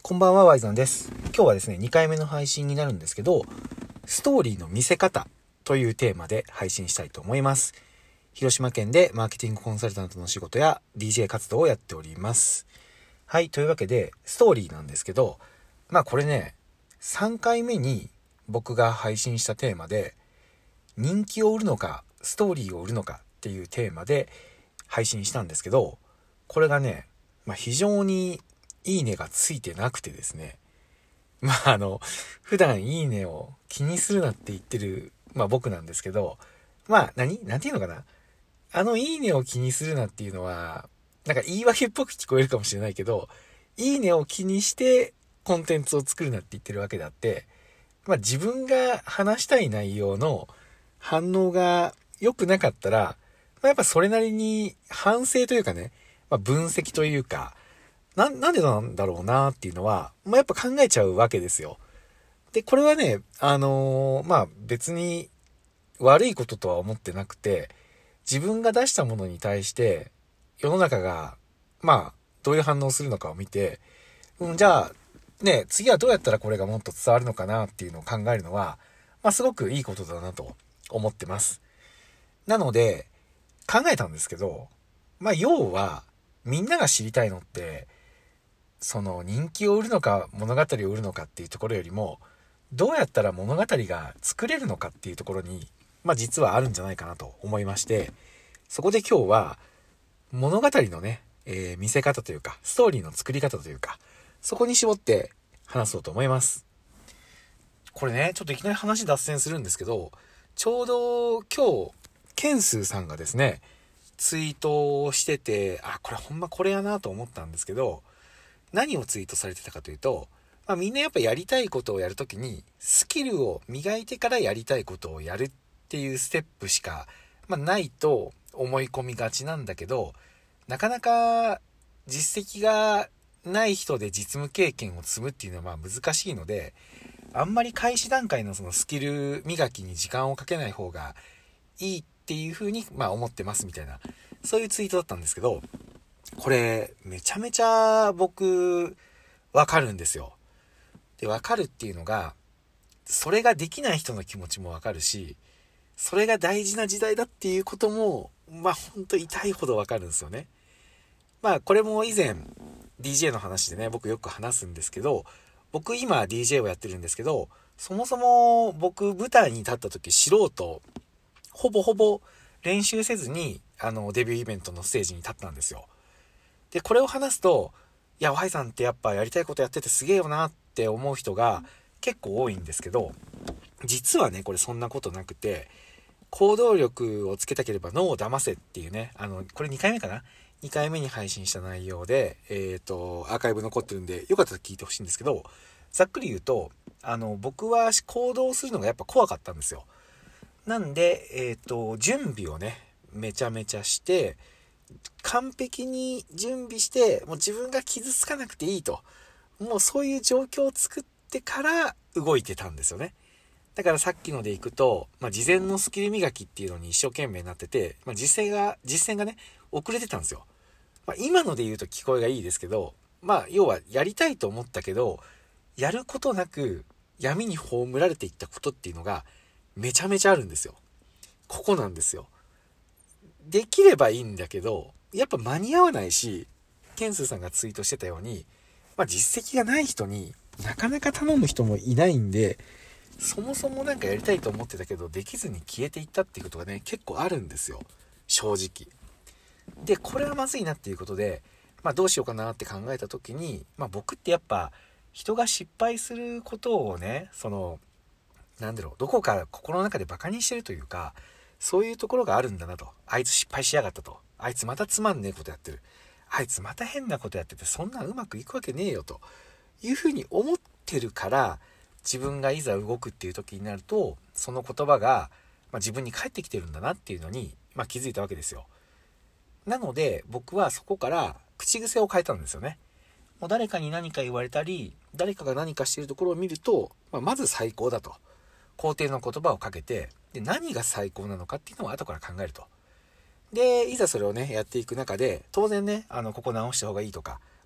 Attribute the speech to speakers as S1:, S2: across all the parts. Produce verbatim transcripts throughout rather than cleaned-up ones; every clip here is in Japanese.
S1: こんばんは、ワイゾンです。今日はですね、にかいめの配信になるんですけど、ストーリーの見せ方というテーマで配信したいと思います。広島県でマーケティングコンサルタントの仕事や ディージェー 活動をやっております。はい、というわけで、ストーリーなんですけど、まあこれね、さんかいめに僕が配信したテーマで、人気を売るのか、ストーリーを売るのかっていうテーマで配信したんですけど、これがね、まあ非常にいいねがついてなくてですね。まああの、普段いいねを気にするなって言ってる、まあ僕なんですけど、まあ何なんていうのかな。あのいいねを気にするなっていうのは、なんか言い訳っぽく聞こえるかもしれないけど、いいねを気にしてコンテンツを作るなって言ってるわけであって、まあ自分が話したい内容の反応が良くなかったら、まあ、やっぱそれなりに反省というかね、まあ、分析というか、な、なんでなんだろうなっていうのは、まあ、やっぱ考えちゃうわけですよ。で、これはね、あのー、まあ、別に悪いこととは思ってなくて、自分が出したものに対して、世の中が、まあ、どういう反応するのかを見て、うん、じゃあ、ね、次はどうやったらこれがもっと伝わるのかなっていうのを考えるのは、まあ、すごくいいことだなと思ってます。なので、考えたんですけど、まあ、要は、みんなが知りたいのって、その人気を売るのか物語を売るのかっていうところよりも、どうやったら物語が作れるのかっていうところに、まあ実はあるんじゃないかなと思いまして、そこで今日は物語のね、えー、見せ方というか、ストーリーの作り方というか、そこに絞って話そうと思います。これね、ちょっといきなり話脱線するんですけど、ちょうど今日、ケンスーさんがですね、ツイートをしてて、あ、これほんまこれやなと思ったんですけど、何をツイートされてたかというと、まあ、みんなやっぱやりたいことをやるときにスキルを磨いてからやりたいことをやるっていうステップしか、まあ、ないと思い込みがちなんだけど、なかなか実績がない人で実務経験を積むっていうのはまあ難しいので、あんまり開始段階のそのスキル磨きに時間をかけない方がいいっていうふうにまあ思ってますみたいな、そういうツイートだったんですけど、これめちゃめちゃ僕わかるんですよ。で、わかるっていうのが、それができない人の気持ちもわかるし、それが大事な時代だっていうことも、まあほんと痛いほどわかるんですよね。まあこれも以前 ディージェー の話でね、僕よく話すんですけど、僕今 ディージェー をやってるんですけど、そもそも僕舞台に立った時素人、ほぼほぼ練習せずにあのデビューイベントのステージに立ったんですよ。で、これを話すと、いや、ワイさんってやっぱやりたいことやっててすげえよなって思う人が結構多いんですけど、実はね、これそんなことなくて、行動力をつけたければ脳を騙せっていうね、あの、これにかいめかな ?に 回目に配信した内容で、えっと、アーカイブ残ってるんで、よかったら聞いてほしいんですけど、ざっくり言うと、あの、僕は行動するのがやっぱ怖かったんですよ。なんで、えっと、準備をね、めちゃめちゃして、完璧に準備してもう自分が傷つかなくていいと、もうそういう状況を作ってから動いてたんですよね。だからさっきのでいくと、まあ、事前のスキル磨きっていうのに一生懸命になってて、まあ、実践が実践がね遅れてたんですよ。まあ、今ので言うと聞こえがいいですけど、まあ要はやりたいと思ったけどやることなく闇に葬られていったことっていうのがめちゃめちゃあるんですよ。ここなんですよ。できればいいんだけど、やっぱ間に合わないし、ケンスーさんがツイートしてたように、まあ実績がない人になかなか頼む人もいないんで、そもそもなんかやりたいと思ってたけど、できずに消えていったっていうことがね、結構あるんですよ。正直。で、これはまずいなっていうことで、まあどうしようかなって考えた時に、まあ僕ってやっぱ人が失敗することをね、その、なんだろう、どこか心の中でバカにしてるというか、そういうところがあるんだなと。あいつ失敗しやがったと。あいつまたつまんねえことやってる。あいつまた変なことやってて、そんなうまくいくわけねえよというふうに思ってるから、自分がいざ動くっていう時になると、その言葉が、まあ、自分に返ってきてるんだなっていうのに、まあ、気づいたわけですよ。なので僕はそこから口癖を変えたんですよね。もう誰かに何か言われたり、誰かが何かしているところを見ると、まあ、まず最高だと。肯定の言葉をかけて、で何が最高なのかっていうのを後から考えると。でいざそれをねやっていく中で、当然ねあのここ直した方がいいとか、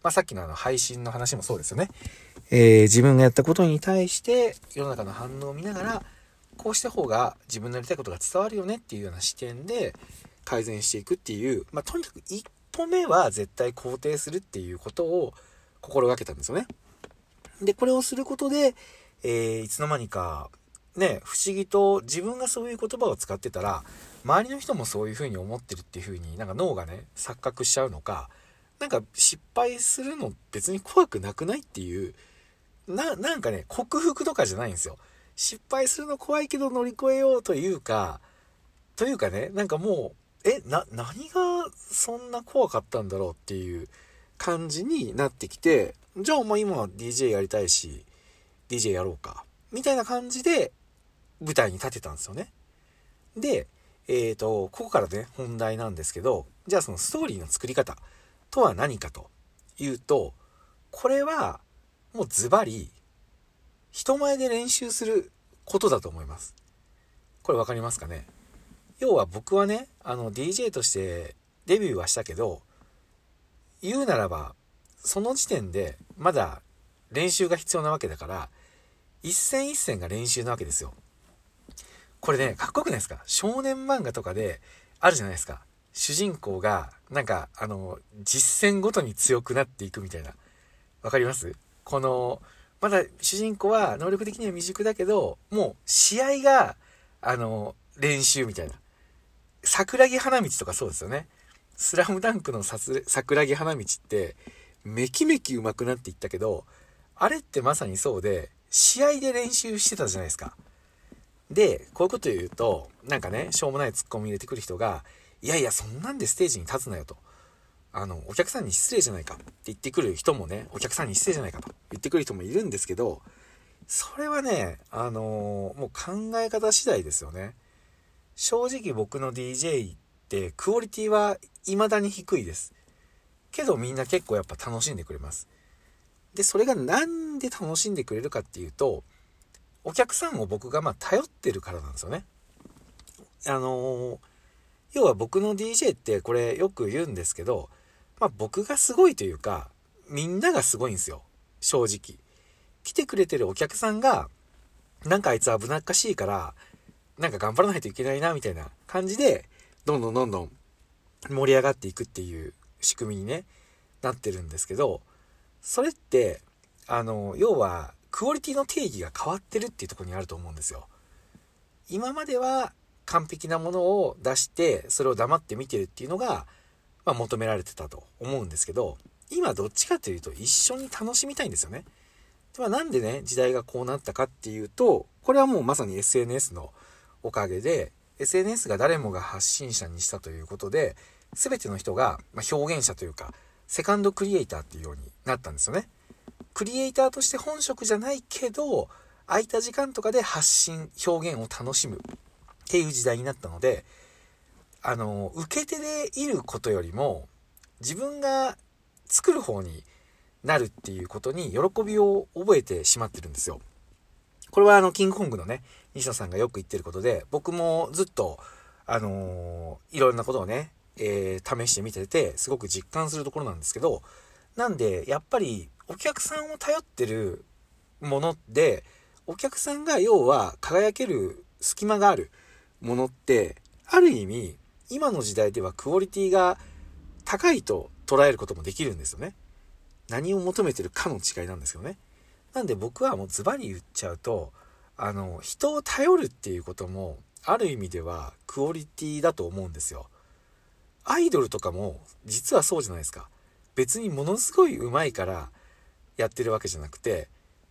S1: まあ、さっきのあの配信の話もそうですよね。えー、自分がやったことに対して世の中の反応を見ながら、こうした方が自分のやりたいことが伝わるよねっていうような視点で改善していくっていう、まあ、とにかく一歩目は絶対肯定するっていうことを心がけたんですよね。で、これをすることで、えー、いつの間にかね、不思議と自分がそういう言葉を使ってたら周りの人もそういう風に思ってるっていう風になんか脳がね錯覚しちゃうのか、なんか失敗するの別に怖くなくないっていう、な、なんかね、克服とかじゃないんですよ。失敗するの怖いけど乗り越えようというか、というかね、なんかもう、え、な、何がそんな怖かったんだろうっていう感じになってきて、じゃあまあ今は ディージェー やりたいし、ディージェー やろうか。みたいな感じで舞台に立てたんですよね。で、えーと、ここからね、本題なんですけど、じゃあそのストーリーの作り方とは何かというと、これはもうズバリ人前で練習することだと思います。これわかりますかね。要は僕はね、あの ディージェー としてデビューはしたけど、言うならばその時点でまだ練習が必要なわけだから、一戦一戦が練習なわけですよ。これね、かっこよくないですか？少年漫画とかであるじゃないですか。主人公がなんかあの実戦ごとに強くなっていくみたいな。わかります？このまだ主人公は能力的には未熟だけど、もう試合があの練習みたいな。桜木花道とかそうですよね。スラムダンクの桜木花道ってめきめき上手くなっていったけど、あれってまさにそうで、試合で練習してたじゃないですか。で、こういうこと言うと、なんかね、しょうもないツッコミ入れてくる人が、いやいや、そんなんでステージに立つなよと。あの、お客さんに失礼じゃないかって言ってくる人もね、お客さんに失礼じゃないかと言ってくる人もいるんですけど、それはね、あのー、もう考え方次第ですよね。正直僕の ディージェー ってクオリティは未だに低いです。けどみんな結構やっぱ楽しんでくれます。で、それがなんで楽しんでくれるかっていうと、お客さんを僕がまあ頼ってるからなんですよね。あのー、要は僕の ディージェー ってこれよく言うんですけど、まあ僕がすごいというか、みんながすごいんですよ。正直。来てくれてるお客さんが、なんかあいつ危なっかしいから、なんか頑張らないといけないなみたいな感じで、どんどんどんどん盛り上がっていくっていう仕組みにね、なってるんですけど、それって、あの、要は、クオリティの定義が変わってるっていうところにあると思うんですよ。今までは完璧なものを出して、それを黙って見てるっていうのが、まあ、求められてたと思うんですけど、今どっちかというと一緒に楽しみたいんですよね。ではなんでね、時代がこうなったかっていうと、これはもうまさに エスエヌエス のおかげで、エスエヌエス が誰もが発信者にしたということで、全ての人が表現者というか、セカンドクリエイターっていうようになったんですよね。クリエイターとして本職じゃないけど、空いた時間とかで発信、表現を楽しむっていう時代になったので、あの、受け手でいることよりも、自分が作る方になるっていうことに喜びを覚えてしまってるんですよ。これはあの、キングコングのね、西野さんがよく言ってることで、僕もずっと、あのー、いろんなことをね、えー、試してみてて、すごく実感するところなんですけど、なんで、やっぱり、お客さんを頼ってるもので、お客さんが要は輝ける隙間があるものって、ある意味、今の時代ではクオリティが高いと捉えることもできるんですよね。何を求めてるかの違いなんですけどね。なんで僕はもうズバリ言っちゃうと、あの、人を頼るっていうことも、ある意味ではクオリティだと思うんですよ。アイドルとかも実はそうじゃないですか。別にものすごい上手いからやってるわけじゃなくて、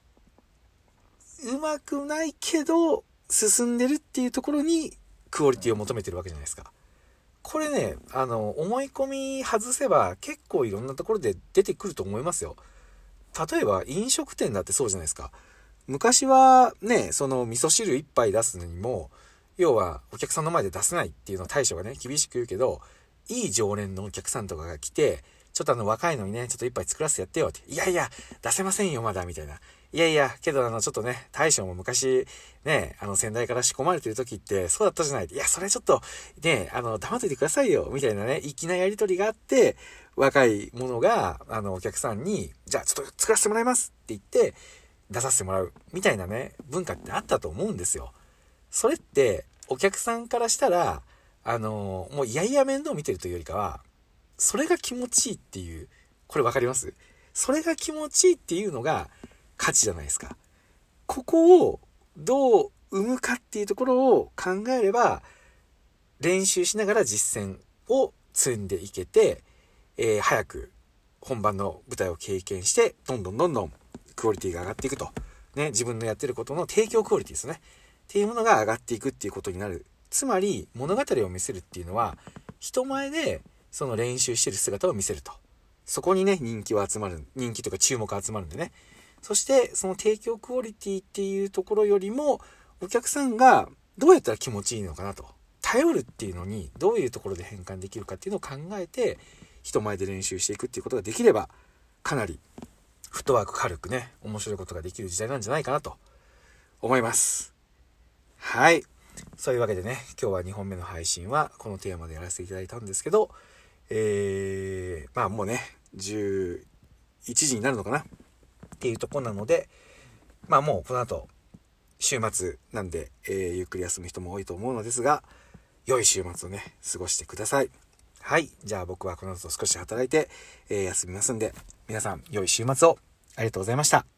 S1: 上手くないけど進んでるっていうところにクオリティを求めてるわけじゃないですか。これね、あの、思い込み外せば結構いろんなところで出てくると思いますよ。例えば飲食店だってそうじゃないですか。昔はね、その味噌汁一杯出すのにも、要はお客さんの前で出せないっていうのを大将がね、厳しく言うけど、いい常連のお客さんとかが来て、 ちょっとあの若いのにね、ちょっと一杯作らせてやってよって。いやいや、出せませんよ、まだ、みたいな。いやいや、けどあの、ちょっとね、大将も昔、ね、あの、先代から仕込まれてる時って、そうだったじゃない。いや、それちょっと、ね、あの、黙っといてくださいよ、みたいなね、粋なやりとりがあって、若い者が、あの、お客さんに、じゃあちょっと作らせてもらいますって言って、出させてもらう、みたいなね、文化ってあったと思うんですよ。それって、お客さんからしたら、あの、もういやいや面倒見てるというよりかは、それが気持ちいいっていう、これわかります？それが気持ちいいっていうのが価値じゃないですか。ここをどう生むかっていうところを考えれば、練習しながら実践を積んでいけて、えー、早く本番の舞台を経験して、どんどんどんどんクオリティが上がっていくと。ね、自分のやってることの提供クオリティですね。っていうものが上がっていくっていうことになる。つまり、物語を見せるっていうのは、人前でその練習してる姿を見せると。そこにね、人気は集まる。人気とか注目が集まるんでね。そして、その提供クオリティっていうところよりも、お客さんがどうやったら気持ちいいのかなと。頼るっていうのに、どういうところで変換できるかっていうのを考えて、人前で練習していくっていうことができれば、かなり、フットワーク軽くね、面白いことができる時代なんじゃないかなと思います。はい。そういうわけでね、今日はにほんめの配信はこのテーマでやらせていただいたんですけど、えー、まあもうね、じゅういちじになるのかなっていうところなので、まあもうこの後、週末なんで、えー、ゆっくり休む人も多いと思うのですが、良い週末をね、過ごしてください。はい。じゃあ僕はこの後少し働いて、えー、休みますんで、皆さん良い週末をありがとうございました。